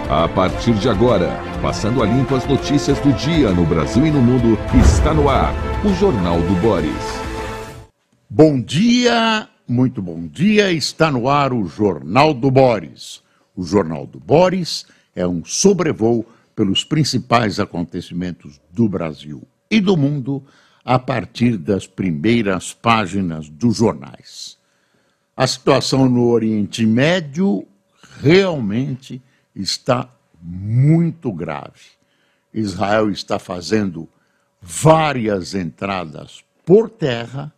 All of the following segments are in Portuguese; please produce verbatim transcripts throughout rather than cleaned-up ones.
A partir de agora, passando a limpo as notícias do dia no Brasil e no mundo, está no ar o Jornal do Boris. Bom dia, muito bom dia, está no ar o Jornal do Boris. O Jornal do Boris é um sobrevoo pelos principais acontecimentos do Brasil e do mundo a partir das primeiras páginas dos jornais. A situação no Oriente Médio realmente está muito grave. Israel está fazendo várias entradas por terra,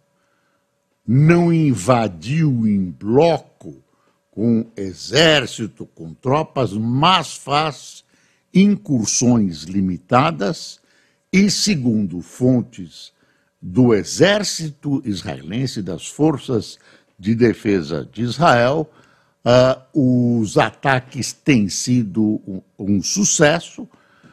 não invadiu em bloco com exército, com tropas, mas faz incursões limitadas e, segundo fontes do exército israelense, das forças de defesa de Israel, uh, os ataques têm sido um, um sucesso,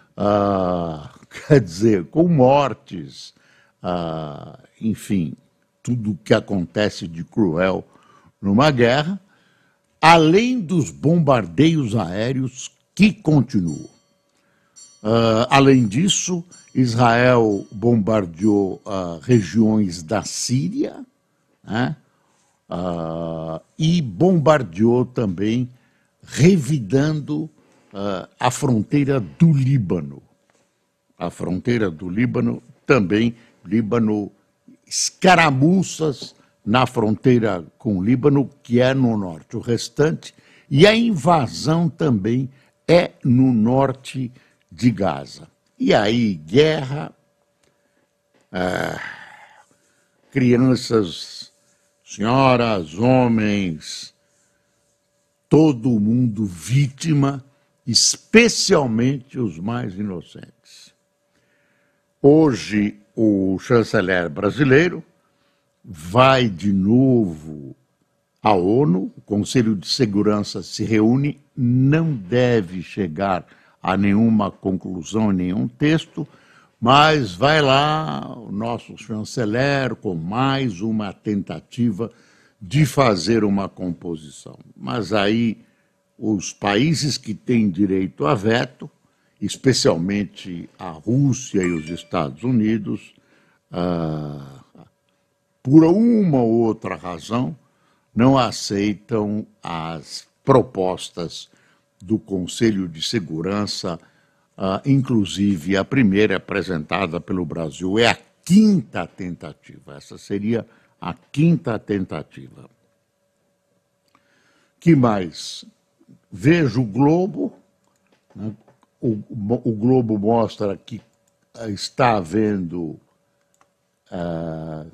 uh, quer dizer, com mortes, uh, enfim, tudo o que acontece de cruel numa guerra, além dos bombardeios aéreos que continuam. Uh, além disso, Israel bombardeou uh, regiões da Síria, né? Uh, e bombardeou também, revidando uh, a fronteira do Líbano. A fronteira do Líbano também, Líbano, escaramuças na fronteira com o Líbano, que é no norte. O restante, e a invasão também é no norte de Gaza. E aí, guerra, uh, crianças, senhoras, homens, todo mundo vítima, especialmente os mais inocentes. Hoje, o chanceler brasileiro vai de novo à ONU, o Conselho de Segurança se reúne, não deve chegar a nenhuma conclusão, nenhum texto, mas vai lá o nosso chanceler com mais uma tentativa de fazer uma composição. Mas aí os países que têm direito a veto, especialmente a Rússia e os Estados Unidos, ah, por uma ou outra razão, não aceitam as propostas do Conselho de Segurança. Uh, inclusive, a primeira apresentada pelo Brasil é a quinta tentativa. Essa seria a quinta tentativa. Que mais? Veja o Globo. Né? O, o Globo mostra que está havendo... Uh,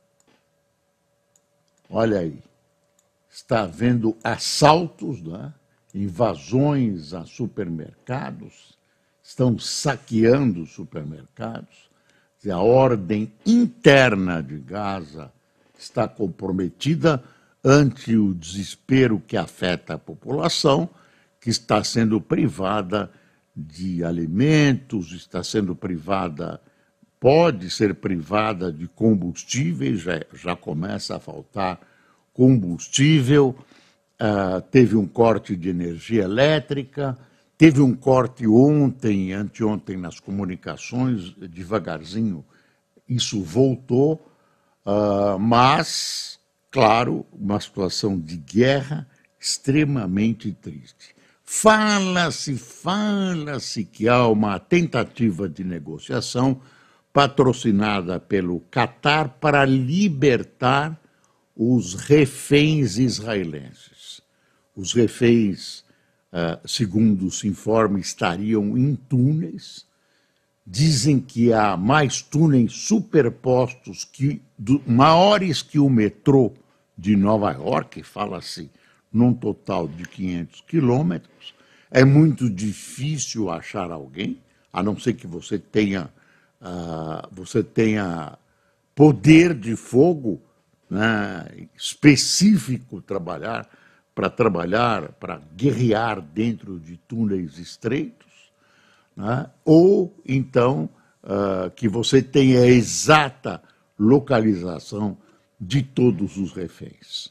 olha aí. Está havendo assaltos, né? Invasões a supermercados, estão saqueando supermercados, a ordem interna de Gaza está comprometida ante o desespero que afeta a população, que está sendo privada de alimentos, está sendo privada, pode ser privada de combustíveis, já, já começa a faltar combustível, uh, teve um corte de energia elétrica. Teve um corte ontem e anteontem nas comunicações, devagarzinho, isso voltou, uh, mas, claro, uma situação de guerra extremamente triste. Fala-se, fala-se que há uma tentativa de negociação patrocinada pelo Catar para libertar os reféns israelenses. Os reféns... Uh, segundo se informa, estariam em túneis. Dizem que há mais túneis superpostos, que, do, maiores que o metrô de Nova York, fala-se num total de quinhentos quilômetros. É muito difícil achar alguém, a não ser que você tenha, uh, você tenha poder de fogo, né, específico trabalhar, para trabalhar, para guerrear dentro de túneis estreitos, né? Ou então uh, que você tenha a exata localização de todos os reféns.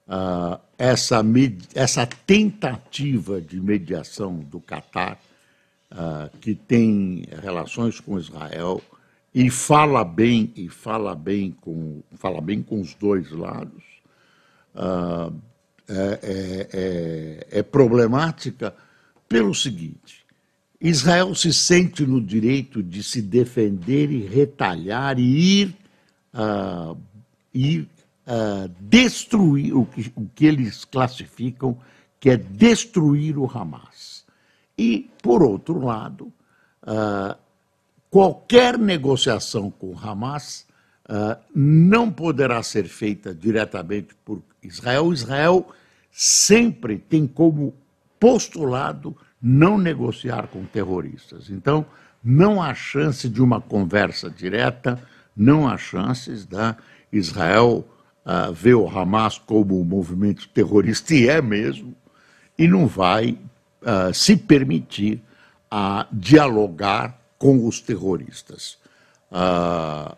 uh, essa, essa tentativa de mediação do Catar, uh, que tem relações com Israel e fala bem e fala bem com fala bem com os dois lados, uh, é, é, é, é problemática pelo seguinte: Israel se sente no direito de se defender e retalhar e ir, uh, ir uh, destruir o que, o que eles classificam que é destruir o Hamas. E, por outro lado, uh, qualquer negociação com o Hamas uh, não poderá ser feita diretamente por Israel. Israel sempre tem como postulado não negociar com terroristas. Então, não há chance de uma conversa direta, não há chances da Israel uh, ver o Hamas como um movimento terrorista, e é mesmo, e não vai uh, se permitir uh, dialogar com os terroristas. Uh,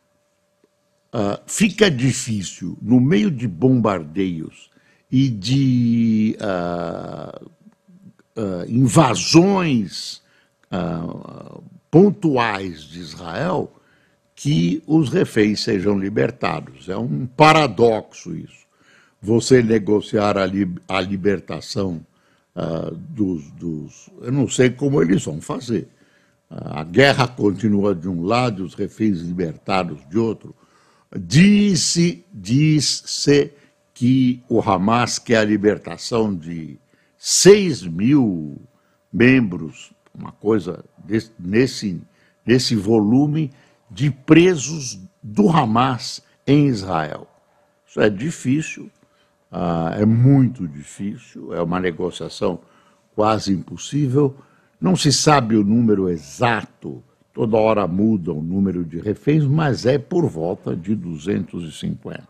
uh, fica difícil, no meio de bombardeios e de uh, uh, invasões uh, pontuais de Israel, que os reféns sejam libertados. É um paradoxo isso. Você negociar a, li a libertação uh, dos, dos... Eu não sei como eles vão fazer. A guerra continua de um lado, os reféns libertados de outro. Diz-se, diz-se que o Hamas quer a libertação de seis mil membros, uma coisa desse, nesse, nesse volume de presos do Hamas em Israel. Isso é difícil, uh, é muito difícil, é uma negociação quase impossível. Não se sabe o número exato, toda hora muda o número de reféns, mas é por volta de duzentos e cinquenta.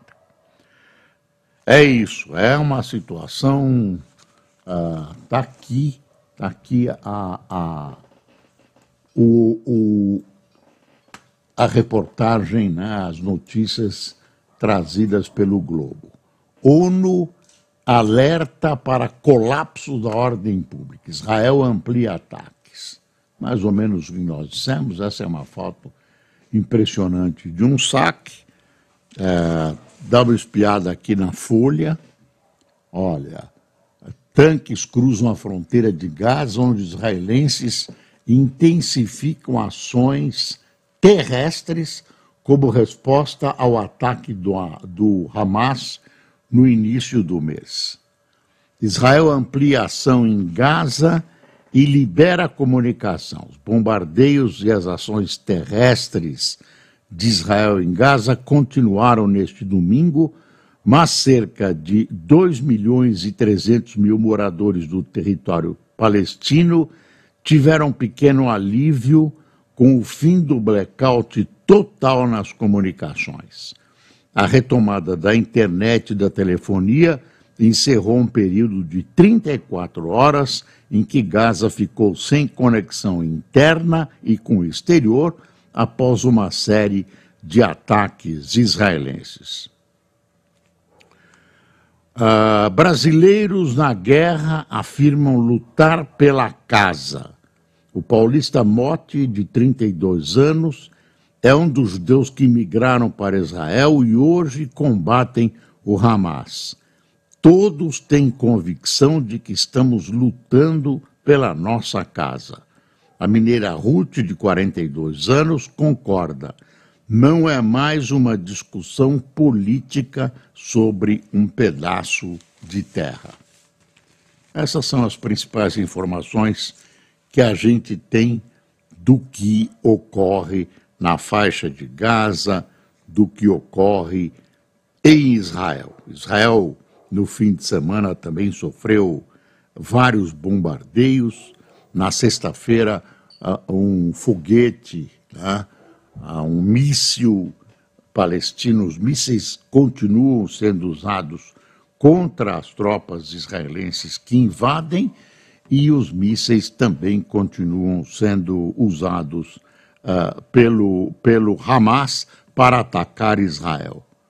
É isso, é uma situação... Está uh, aqui, tá aqui a, a, o, o, a reportagem, né, as notícias trazidas pelo Globo. ONU alerta para colapso da ordem pública. Israel amplia ataques. Mais ou menos o que nós dissemos. Essa é uma foto impressionante de um saque. É, dá uma espiada aqui na Folha. Olha, tanques cruzam a fronteira de Gaza, onde israelenses intensificam ações terrestres como resposta ao ataque do, do Hamas no início do mês. Israel amplia a ação em Gaza e libera a comunicação. Os bombardeios e as ações terrestres de Israel em Gaza continuaram neste domingo, mas cerca de dois milhões e trezentos mil moradores do território palestino tiveram um pequeno alívio com o fim do blackout total nas comunicações. A retomada da internet e da telefonia encerrou um período de trinta e quatro horas em que Gaza ficou sem conexão interna e com o exterior após uma série de ataques israelenses. Uh, brasileiros na guerra afirmam lutar pela casa. O paulista Motti, de trinta e dois anos, é um dos judeus que migraram para Israel e hoje combatem o Hamas. Todos têm convicção de que estamos lutando pela nossa casa. A mineira Ruth, de quarenta e dois anos, concorda. Não é mais uma discussão política sobre um pedaço de terra. Essas são as principais informações que a gente tem do que ocorre na faixa de Gaza, do que ocorre em Israel. Israel, no fim de semana, também sofreu vários bombardeios. Na sexta-feira, um foguete, tá? um míssil palestino, os mísseis continuam sendo usados contra as tropas israelenses que invadem e os mísseis também continuam sendo usados uh, pelo, pelo Hamas para atacar Israel.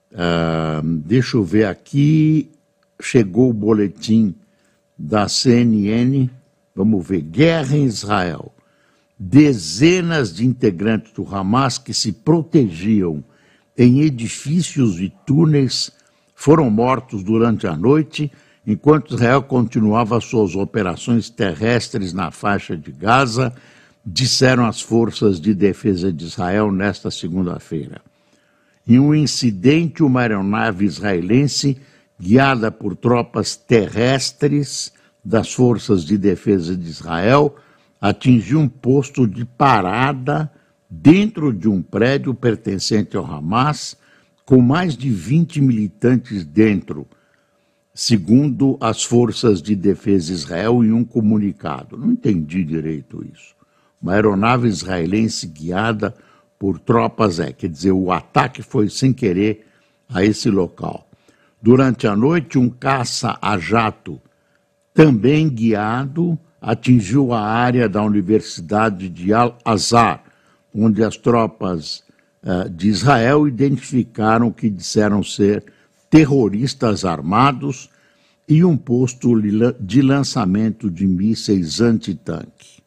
Uh, deixa eu ver aqui, chegou o boletim da C N N, vamos ver, guerra em Israel. Dezenas de integrantes do Hamas que se protegiam em edifícios e túneis foram mortos durante a noite, enquanto Israel continuava suas operações terrestres na faixa de Gaza, disseram as forças de defesa de Israel nesta segunda-feira. Em um incidente, uma aeronave israelense, guiada por tropas terrestres das forças de defesa de Israel, atingiu um posto de parada dentro de um prédio pertencente ao Hamas, com mais de vinte militantes dentro, segundo as forças de defesa de Israel em um comunicado. Não entendi direito isso. Uma aeronave israelense guiada por tropas, é, quer dizer, o ataque foi sem querer a esse local. Durante a noite, um caça a jato, também guiado, atingiu a área da Universidade de Al-Azhar, onde as tropas uh, de Israel identificaram que disseram ser terroristas armados e um posto de lançamento de mísseis antitanque.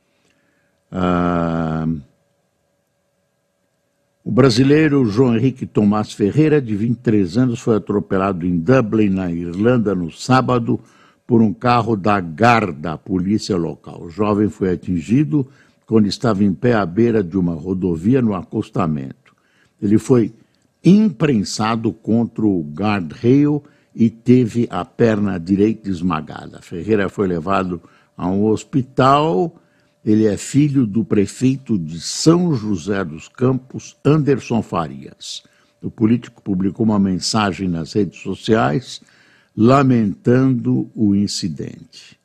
Uh, o brasileiro João Henrique Tomás Ferreira, de vinte e três anos, foi atropelado em Dublin, na Irlanda, no sábado, por um carro da Garda, a polícia local. O jovem foi atingido quando estava em pé à beira de uma rodovia no acostamento. Ele foi imprensado contra o guardrail e teve a perna direita esmagada. Ferreira foi levado a um hospital. Ele é filho do prefeito de São José dos Campos, Anderson Farias. O político publicou uma mensagem nas redes sociais lamentando o incidente.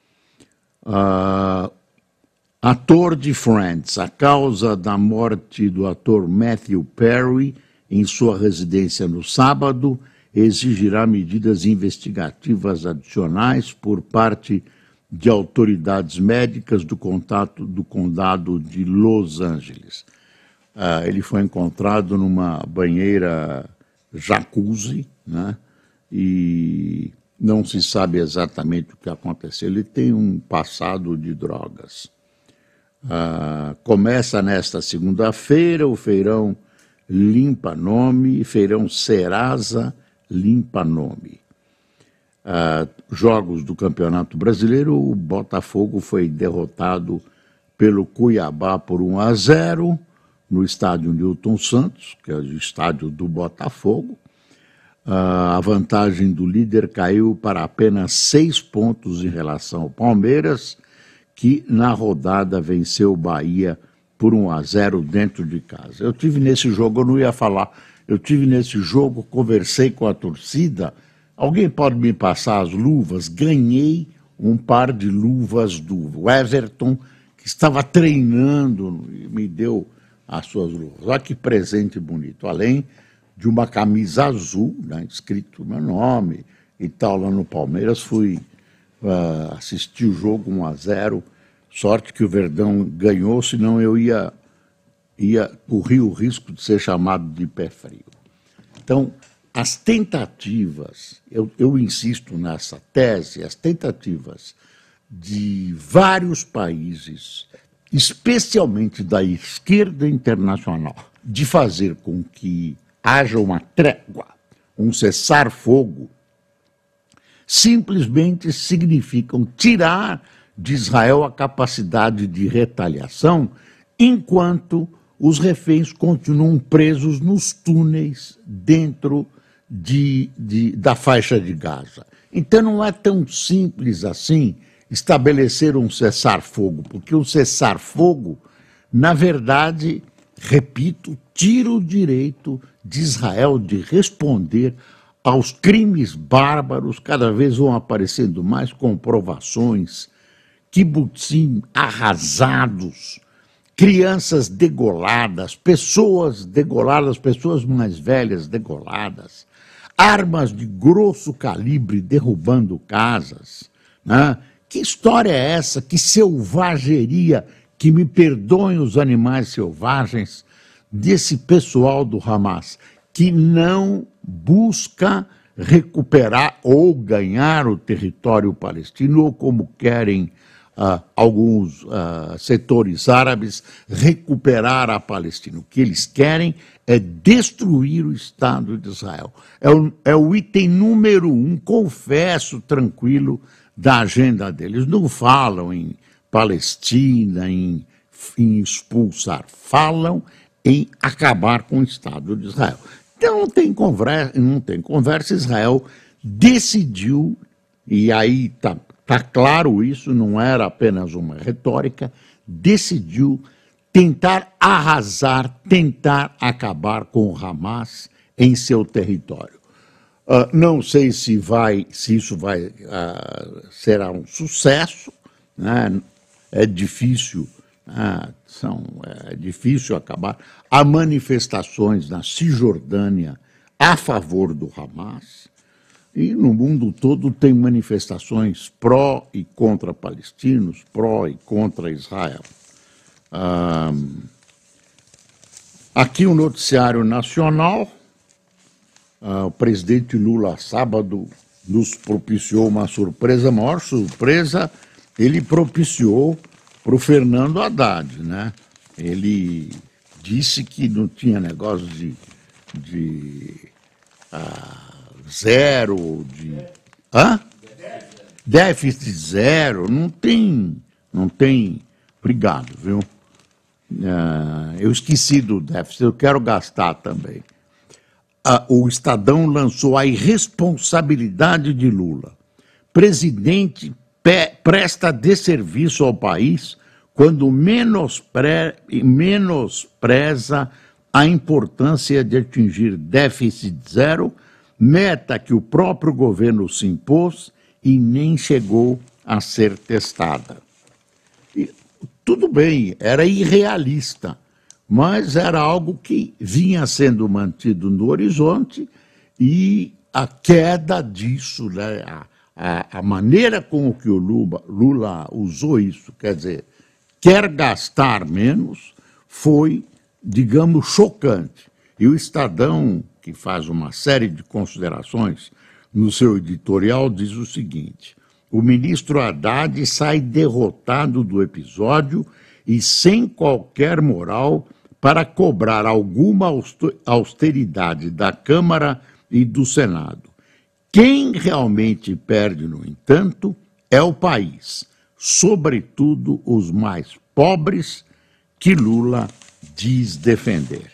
Uh, ator de Friends, a causa da morte do ator Matthew Perry em sua residência no sábado exigirá medidas investigativas adicionais por parte de autoridades médicas do, contato, do condado de Los Angeles. Uh, ele foi encontrado numa banheira jacuzzi, né? E não se sabe exatamente o que aconteceu. Ele tem um passado de drogas. Uh, começa nesta segunda-feira o feirão Limpa Nome, feirão Serasa Limpa Nome. Uh, jogos do Campeonato Brasileiro, o Botafogo foi derrotado pelo Cuiabá por um a zero no estádio Newton Santos, que é o estádio do Botafogo. Uh, a vantagem do líder caiu para apenas seis pontos em relação ao Palmeiras, que na rodada venceu o Bahia por um a zero dentro de casa. Eu tive nesse jogo, eu não ia falar, eu tive nesse jogo, conversei com a torcida. Alguém pode me passar as luvas? Ganhei um par de luvas do Everton, que estava treinando e me deu as suas luvas. Olha que presente bonito. Além de uma camisa azul, né, escrito meu nome e tal, lá no Palmeiras, fui uh, assistir o jogo um a zero. Sorte que o Verdão ganhou, senão eu ia, ia correr o risco de ser chamado de pé frio. Então, as tentativas, eu, eu insisto nessa tese, as tentativas de vários países, especialmente da esquerda internacional, de fazer com que haja uma trégua, um cessar-fogo, simplesmente significam tirar de Israel a capacidade de retaliação, enquanto os reféns continuam presos nos túneis dentro de, de, da faixa de Gaza. Então não é tão simples assim estabelecer um cessar-fogo, porque o cessar-fogo, na verdade, repito, tira o direito de Israel de responder aos crimes bárbaros, cada vez vão aparecendo mais comprovações, kibutzim arrasados, crianças degoladas, pessoas degoladas, pessoas mais velhas degoladas, armas de grosso calibre derrubando casas, né? Que história é essa? Que selvageria, que me perdoem os animais selvagens, desse pessoal do Hamas, que não busca recuperar ou ganhar o território palestino, ou como querem uh, alguns uh, setores árabes, recuperar a Palestina. O que eles querem é destruir o Estado de Israel. É o, é o item número um, confesso, tranquilo, da agenda deles. Não falam em Palestina, em, em expulsar, falam em acabar com o Estado de Israel. Então não tem conversa, não tem conversa. Israel decidiu, e aí está tá claro isso, não era apenas uma retórica, decidiu tentar arrasar, tentar acabar com o Hamas em seu território. Uh, não sei se, vai, se isso vai, uh, será um sucesso, né? É difícil, uh, são, é difícil acabar. Há manifestações na Cisjordânia a favor do Hamas, e no mundo todo tem manifestações pró e contra palestinos, pró e contra Israel. Uh, aqui o noticiário nacional. Uh, o presidente Lula, sábado, nos propiciou uma surpresa, a maior surpresa, ele propiciou para o Fernando Haddad, né? Ele disse que não tinha negócio de, de uh, zero, de... Hã? Déficit zero, não tem, não tem, obrigado, viu? Uh, eu esqueci do déficit, eu quero gastar também. O Estadão lançou a irresponsabilidade de Lula. Presidente presta desserviço ao país quando menospre, menospreza a importância de atingir déficit zero, meta que o próprio governo se impôs e nem chegou a ser testada. E, tudo bem, era irrealista, mas era algo que vinha sendo mantido no horizonte, e a queda disso, né, a, a, a maneira com que o Lula, Lula usou isso, quer dizer, quer gastar menos, foi, digamos, chocante. E o Estadão, que faz uma série de considerações no seu editorial, diz o seguinte: o ministro Haddad sai derrotado do episódio e sem qualquer moral para cobrar alguma austeridade da Câmara e do Senado. Quem realmente perde, no entanto, é o país, sobretudo os mais pobres, que Lula diz defender.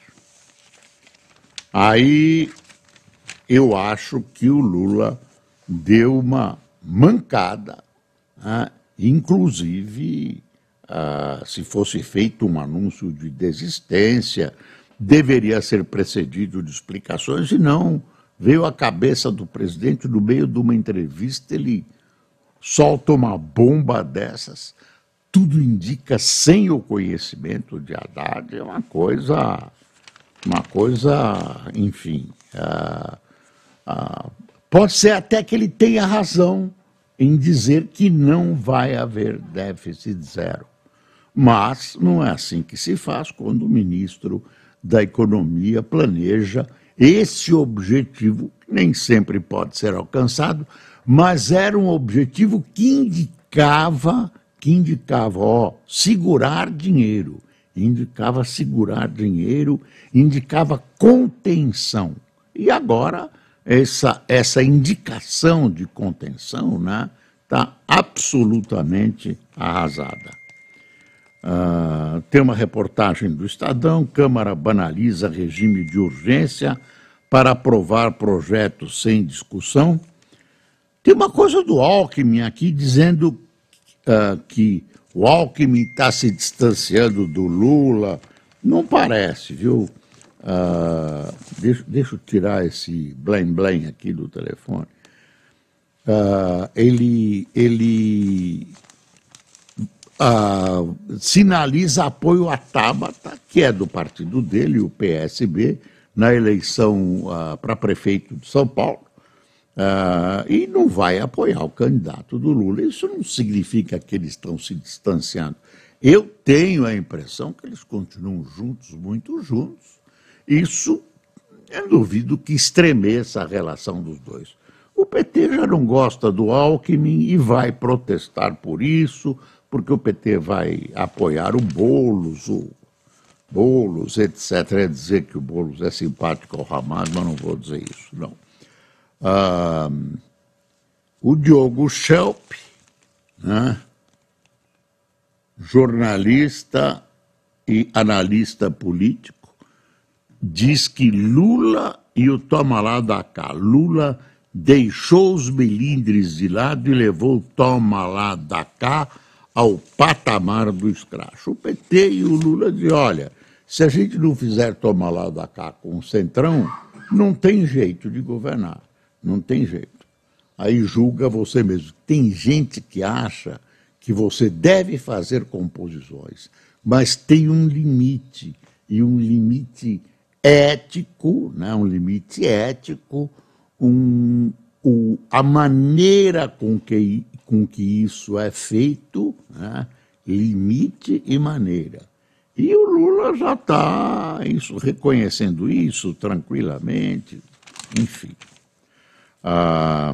Aí eu acho que o Lula deu uma mancada, né? Inclusive, ah, se fosse feito um anúncio de desistência, deveria ser precedido de explicações, e não veio à cabeça do presidente, no meio de uma entrevista, ele solta uma bomba dessas. Tudo indica, sem o conhecimento de Haddad, é uma coisa, uma coisa, enfim, ah, ah, pode ser até que ele tenha razão em dizer que não vai haver déficit zero. Mas não é assim que se faz quando o ministro da Economia planeja esse objetivo, que nem sempre pode ser alcançado, mas era um objetivo que indicava, que indicava, ó, segurar dinheiro, indicava segurar dinheiro, indicava contenção. E agora essa, essa indicação de contenção, né, está absolutamente arrasada. Uh, tem uma reportagem do Estadão: Câmara banaliza regime de urgência para aprovar projetos sem discussão. Tem uma coisa do Alckmin aqui dizendo uh, que o Alckmin está se distanciando do Lula. Não parece, viu? Uh, deixa, deixa eu tirar esse blém-blém aqui do telefone. Uh, ele... ele Uh, sinaliza apoio à Tabata, que é do partido dele, o P S B, na eleição uh, para prefeito de São Paulo, uh, e não vai apoiar o candidato do Lula. Isso não significa que eles estão se distanciando. Eu tenho a impressão que eles continuam juntos, muito juntos. Isso eu duvido que estremeça a relação dos dois. O P T já não gosta do Alckmin e vai protestar por isso, porque o P T vai apoiar o Boulos, o Boulos, etcétera. É dizer que o Boulos é simpático ao Hamas, mas não vou dizer isso, não. Ah, o Diogo Schelp, né, jornalista e analista político, diz que Lula e o toma lá da cá. Lula deixou os melindres de lado e levou o toma lá da cá ao patamar do escracho. O P T e o Lula dizem, olha, se a gente não fizer toma lá da cá com o Centrão, não tem jeito de governar, não tem jeito. Aí julga você mesmo. Tem gente que acha que você deve fazer composições, mas tem um limite, e um limite ético, né? um limite ético, um, o, a maneira com que, com que isso é feito, né? Limite e maneira. E o Lula já está reconhecendo isso tranquilamente, enfim. Ah,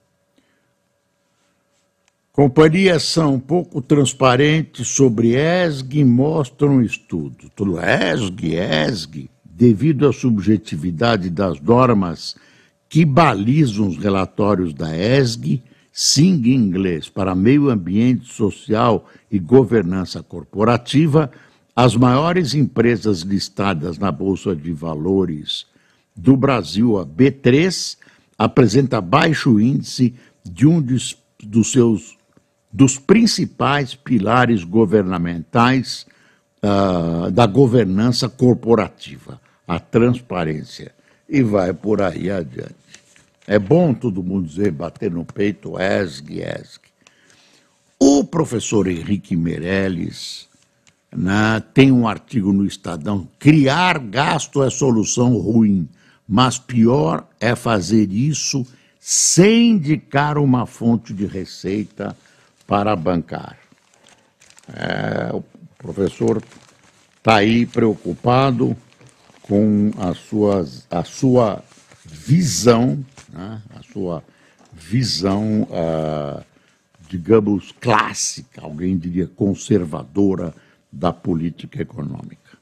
companhias são pouco transparentes sobre E S G e mostram estudo. Tudo E S G, E S G, devido à subjetividade das normas que balizam os relatórios da E S G, S I N G em inglês, para meio ambiente social e governança corporativa, as maiores empresas listadas na Bolsa de Valores do Brasil, a B três, apresenta baixo índice de um dos, dos seus dos principais pilares governamentais uh, da governança corporativa, a transparência, e vai por aí adiante. É bom todo mundo dizer, bater no peito, E S G, E S G. O professor Henrique Meirelles, né, tem um artigo no Estadão, criar gasto é solução ruim, mas pior é fazer isso sem indicar uma fonte de receita para bancar. É, o professor está aí preocupado com as suas, a sua visão, né, a sua visão, uh, digamos, clássica, alguém diria conservadora da política econômica.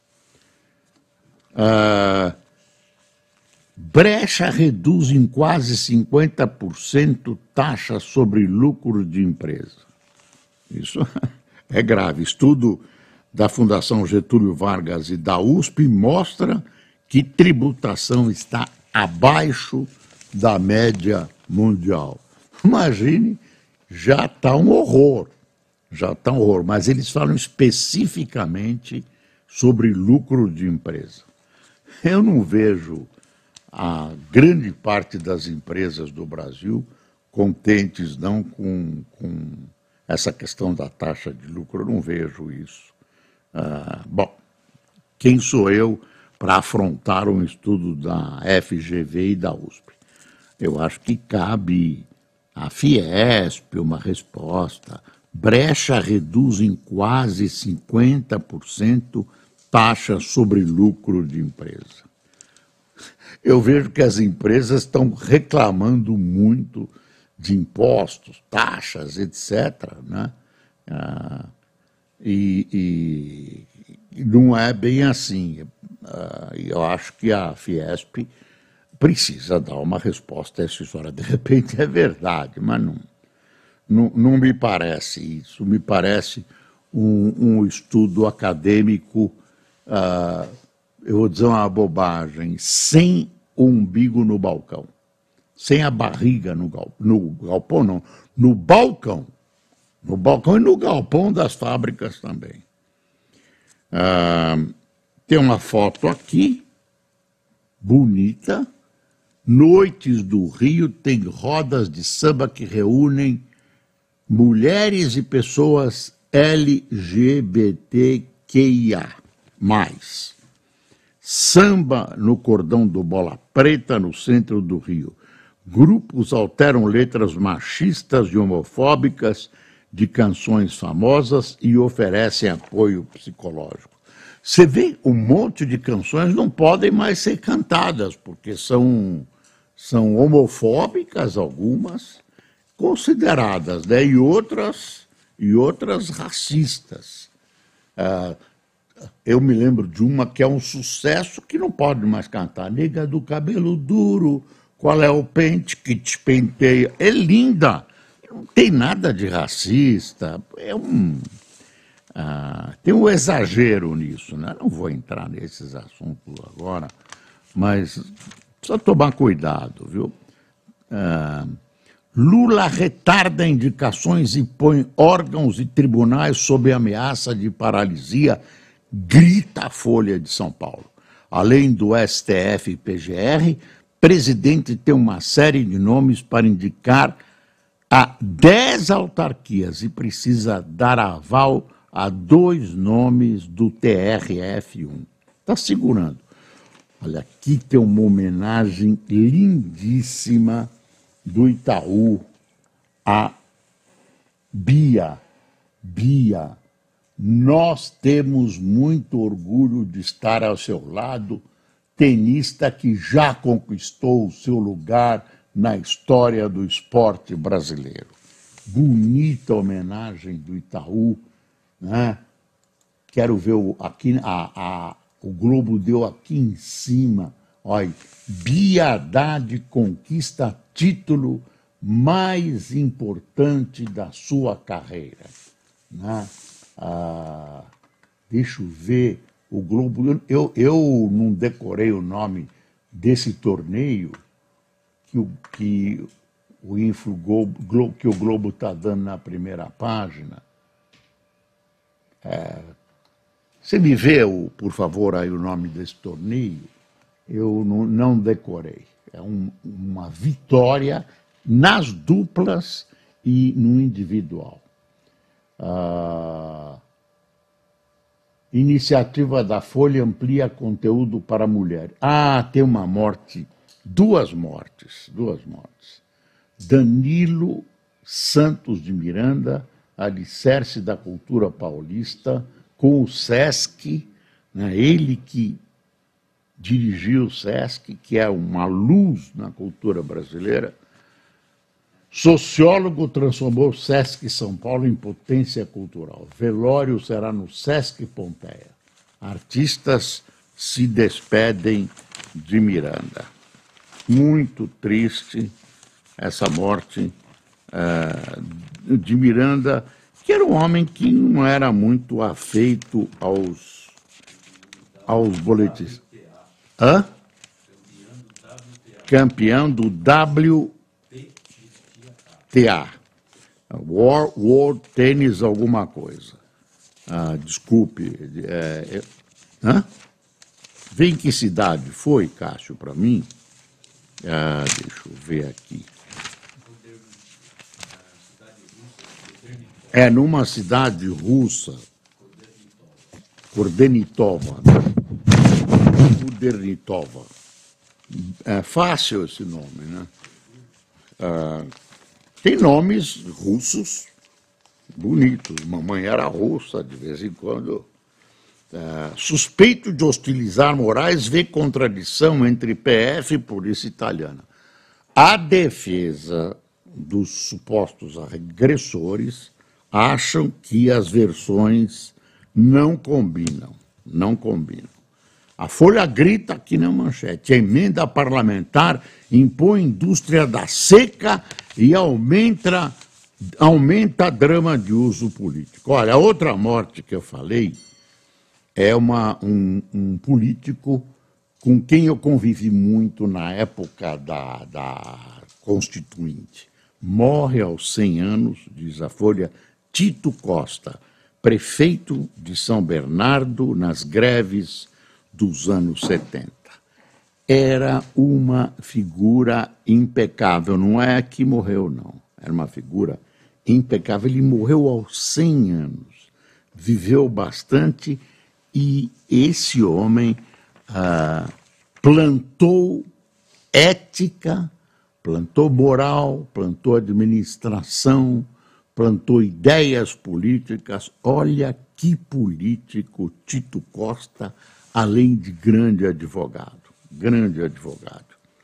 Uh, Brecha reduz em quase cinquenta por cento taxa sobre lucro de empresa. Isso é grave. Estudo da Fundação Getúlio Vargas e da U S P mostra que tributação está abaixo da média mundial. Imagine, já está um horror, já está um horror, mas eles falam especificamente sobre lucro de empresa. Eu não vejo a grande parte das empresas do Brasil contentes não com, com essa questão da taxa de lucro, eu não vejo isso. Ah, bom, quem sou eu para afrontar um estudo da F G V e da U S P? Eu acho que cabe à Fiesp uma resposta. Brecha reduz em quase cinquenta por cento taxa sobre lucro de empresa. Eu vejo que as empresas estão reclamando muito de impostos, taxas, etcétera, né? Ah, e, e, e não é bem assim. Ah, eu acho que a Fiesp precisa dar uma resposta a essa história. De repente é verdade, mas não, não, não me parece isso. Me parece um, um estudo acadêmico, ah, eu vou dizer uma bobagem, sem o umbigo no balcão, sem a barriga no galpão, no galpão não, no balcão, no balcão e no galpão das fábricas também. Ah, tem uma foto aqui, bonita, Noites do Rio, tem rodas de samba que reúnem mulheres e pessoas L G B T Q I A mais. Samba no cordão do Bola Preta, no centro do Rio. Grupos alteram letras machistas e homofóbicas de canções famosas e oferecem apoio psicológico. Você vê um monte de canções não podem mais ser cantadas, porque são, são homofóbicas algumas, consideradas, né? e, outras, e outras racistas. Ah, eu me lembro de uma que é um sucesso que não pode mais cantar. Nega do cabelo duro, qual é o pente que te penteia? É linda, não tem nada de racista, é um... Ah, tem um exagero nisso, né? Não vou entrar nesses assuntos agora, mas precisa tomar cuidado, viu? Ah, Lula retarda indicações e põe órgãos e tribunais sob ameaça de paralisia, grita a Folha de São Paulo. Além do S T F e P G R, presidente tem uma série de nomes para indicar a dez autarquias e precisa dar aval a dois nomes do T R F um. Está segurando. Olha, aqui tem uma homenagem lindíssima do Itaú a Bia. Bia, nós temos muito orgulho de estar ao seu lado, tenista que já conquistou o seu lugar na história do esporte brasileiro. Bonita homenagem do Itaú, né? Quero ver o, aqui, a, a, o Globo deu aqui em cima, olha, Bia Haddad conquista título mais importante da sua carreira, né? Ah, deixa eu ver, o Globo, eu, eu não decorei o nome desse torneio que o, que o Info Globo, que o Globo está dando na primeira página. É, você me vê, por favor, aí o nome desse torneio? Eu não, não decorei. É um, uma vitória nas duplas e no individual. Ah, iniciativa da Folha amplia conteúdo para mulher. Ah, tem uma morte, duas mortes, duas mortes. Danilo Santos de Miranda, alicerce da cultura paulista, com o Sesc, né, ele que dirigiu o Sesc, que é uma luz na cultura brasileira. Sociólogo transformou o Sesc São Paulo em potência cultural. Velório será no Sesc Pompeia. Artistas se despedem de Miranda. Muito triste essa morte uh, de Miranda, que era um homem que não era muito afeito aos, aos boletins. Hã? Campeão do W T A. War, World Tennis alguma coisa. Ah, desculpe. É, é, hã? Vem que cidade foi, Cássio, para mim? Ah, deixa eu ver aqui. É numa cidade russa, Kordernitova. Kordernitova. É fácil esse nome, né? Ah, tem nomes russos bonitos. Mamãe era russa, de vez em quando. Ah, suspeito de hostilizar Moraes vê contradição entre P F e polícia italiana. A defesa dos supostos agressores acham que as versões não combinam, não combinam. A Folha grita aqui na manchete: a emenda parlamentar impõe indústria da seca e aumenta, aumenta a drama de uso político. Olha, a outra morte que eu falei é uma, um, um político com quem eu convivi muito na época da, da Constituinte. Morre aos cem anos, diz a Folha, Tito Costa, prefeito de São Bernardo nas greves dos anos setenta. Era uma figura impecável, não é que morreu, não. Era uma figura impecável. Ele morreu aos cem anos, viveu bastante e esse homem ah, plantou ética, plantou moral, plantou administração, plantou ideias políticas. Olha que político Tito Costa, além de grande advogado, grande advogado.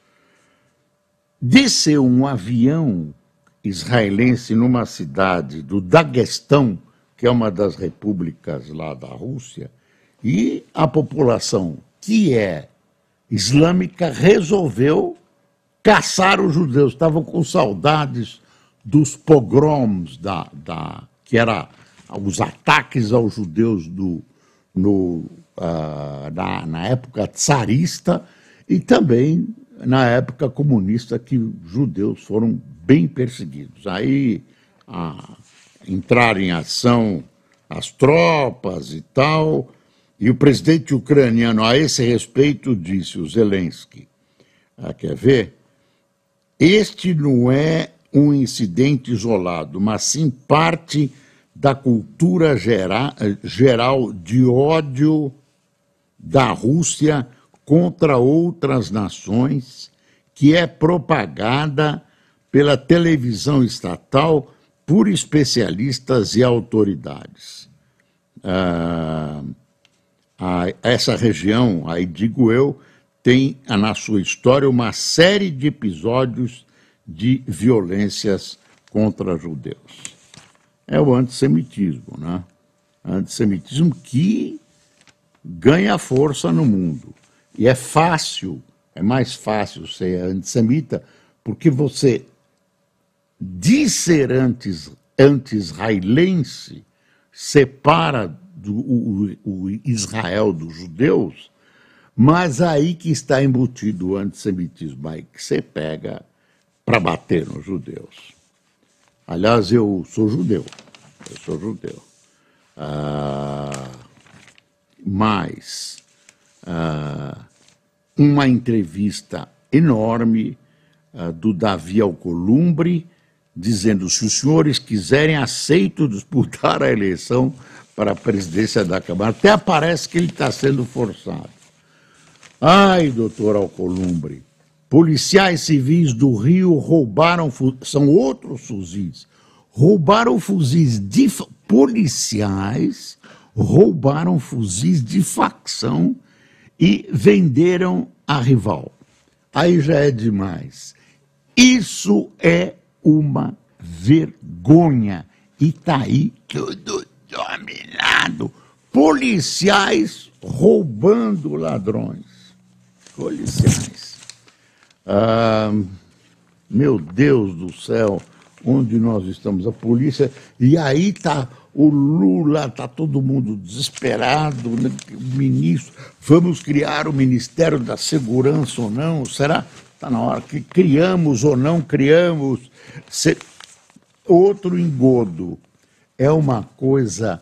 Desceu um avião israelense numa cidade do Daguestão, que é uma das repúblicas lá da Rússia, e a população que é islâmica resolveu caçar os judeus. Estavam com saudades dos pogroms, da, da, que era os ataques aos judeus do, no, uh, na, na época tsarista e também na época comunista, que judeus foram bem perseguidos. Aí a, entraram em ação as tropas e tal, e o presidente ucraniano, a esse respeito, disse, o Zelensky, ah, quer ver? Este não é um incidente isolado, mas sim parte da cultura gera, geral de ódio da Rússia contra outras nações, que é propagada pela televisão estatal por especialistas e autoridades. Ah, a, essa região, aí digo eu, tem na sua história uma série de episódios de violências contra judeus. É o antissemitismo, né? Antissemitismo que ganha força no mundo. E é fácil, é mais fácil ser antissemita, porque você, de ser anti-israelense, separa do, o, o Israel dos judeus, mas aí que está embutido o antissemitismo, aí que você pega para bater nos judeus. Aliás, eu sou judeu, eu sou judeu. Ah, mas ah, uma entrevista enorme ah, do Davi Alcolumbre, dizendo, se os senhores quiserem, aceito disputar a eleição para a presidência da Câmara. Até parece que ele está sendo forçado. Ai, doutor Alcolumbre, policiais civis do Rio roubaram, são outros fuzis, roubaram fuzis de, policiais roubaram fuzis de facção e venderam a rival. Aí já é demais. Isso é uma vergonha. E está aí tudo dominado. Policiais roubando ladrões. Policiais. Ah, meu Deus do céu, onde nós estamos? A polícia... E aí está o Lula, está todo mundo desesperado, né? O ministro, vamos criar o Ministério da Segurança ou não? Será? Está na hora que criamos ou não criamos. Se... Outro engodo. É uma coisa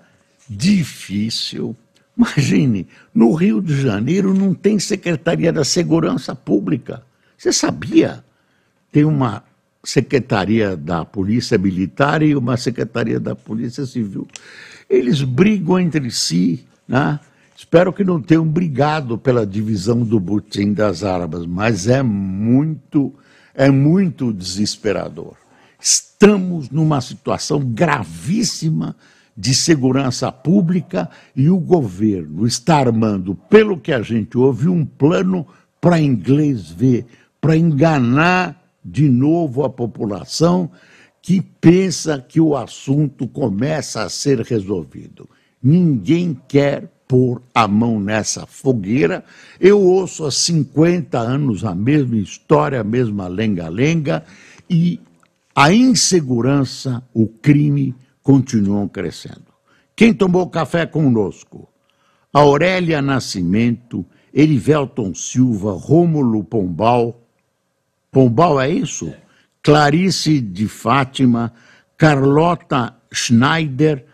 difícil. Imagine, no Rio de Janeiro não tem Secretaria da Segurança Pública. Você sabia? Tem uma Secretaria da Polícia Militar e uma Secretaria da Polícia Civil. Eles brigam entre si, né? Espero que não tenham brigado pela divisão do butim das armas, mas é muito, é muito desesperador. Estamos numa situação gravíssima de segurança pública e o governo está armando, pelo que a gente ouve, um plano para inglês ver, para enganar de novo a população que pensa que o assunto começa a ser resolvido. Ninguém quer pôr a mão nessa fogueira. Eu ouço há cinquenta anos a mesma história, a mesma lenga-lenga, e a insegurança, o crime continuam crescendo. Quem tomou café conosco? Aurélia Nascimento, Erivelton Silva, Rômulo Pombal, Pombal é isso? Clarice de Fátima, Carlota Schneider,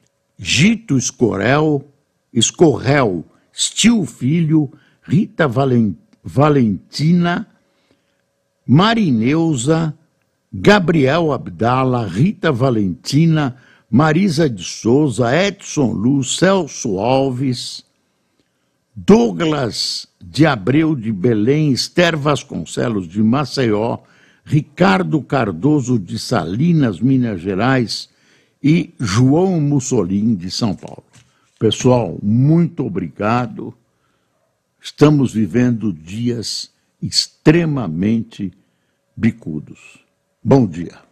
Gito Escorel, Escorrel, Stil Filho, Rita Valen, Valentina, Marineuza, Gabriel Abdala, Rita Valentina, Marisa de Souza, Edson Luz, Celso Alves, Douglas de Abreu de Belém, Esther Vasconcelos de Maceió, Ricardo Cardoso de Salinas, Minas Gerais, e João Mussolini, de São Paulo. Pessoal, muito obrigado. Estamos vivendo dias extremamente bicudos. Bom dia.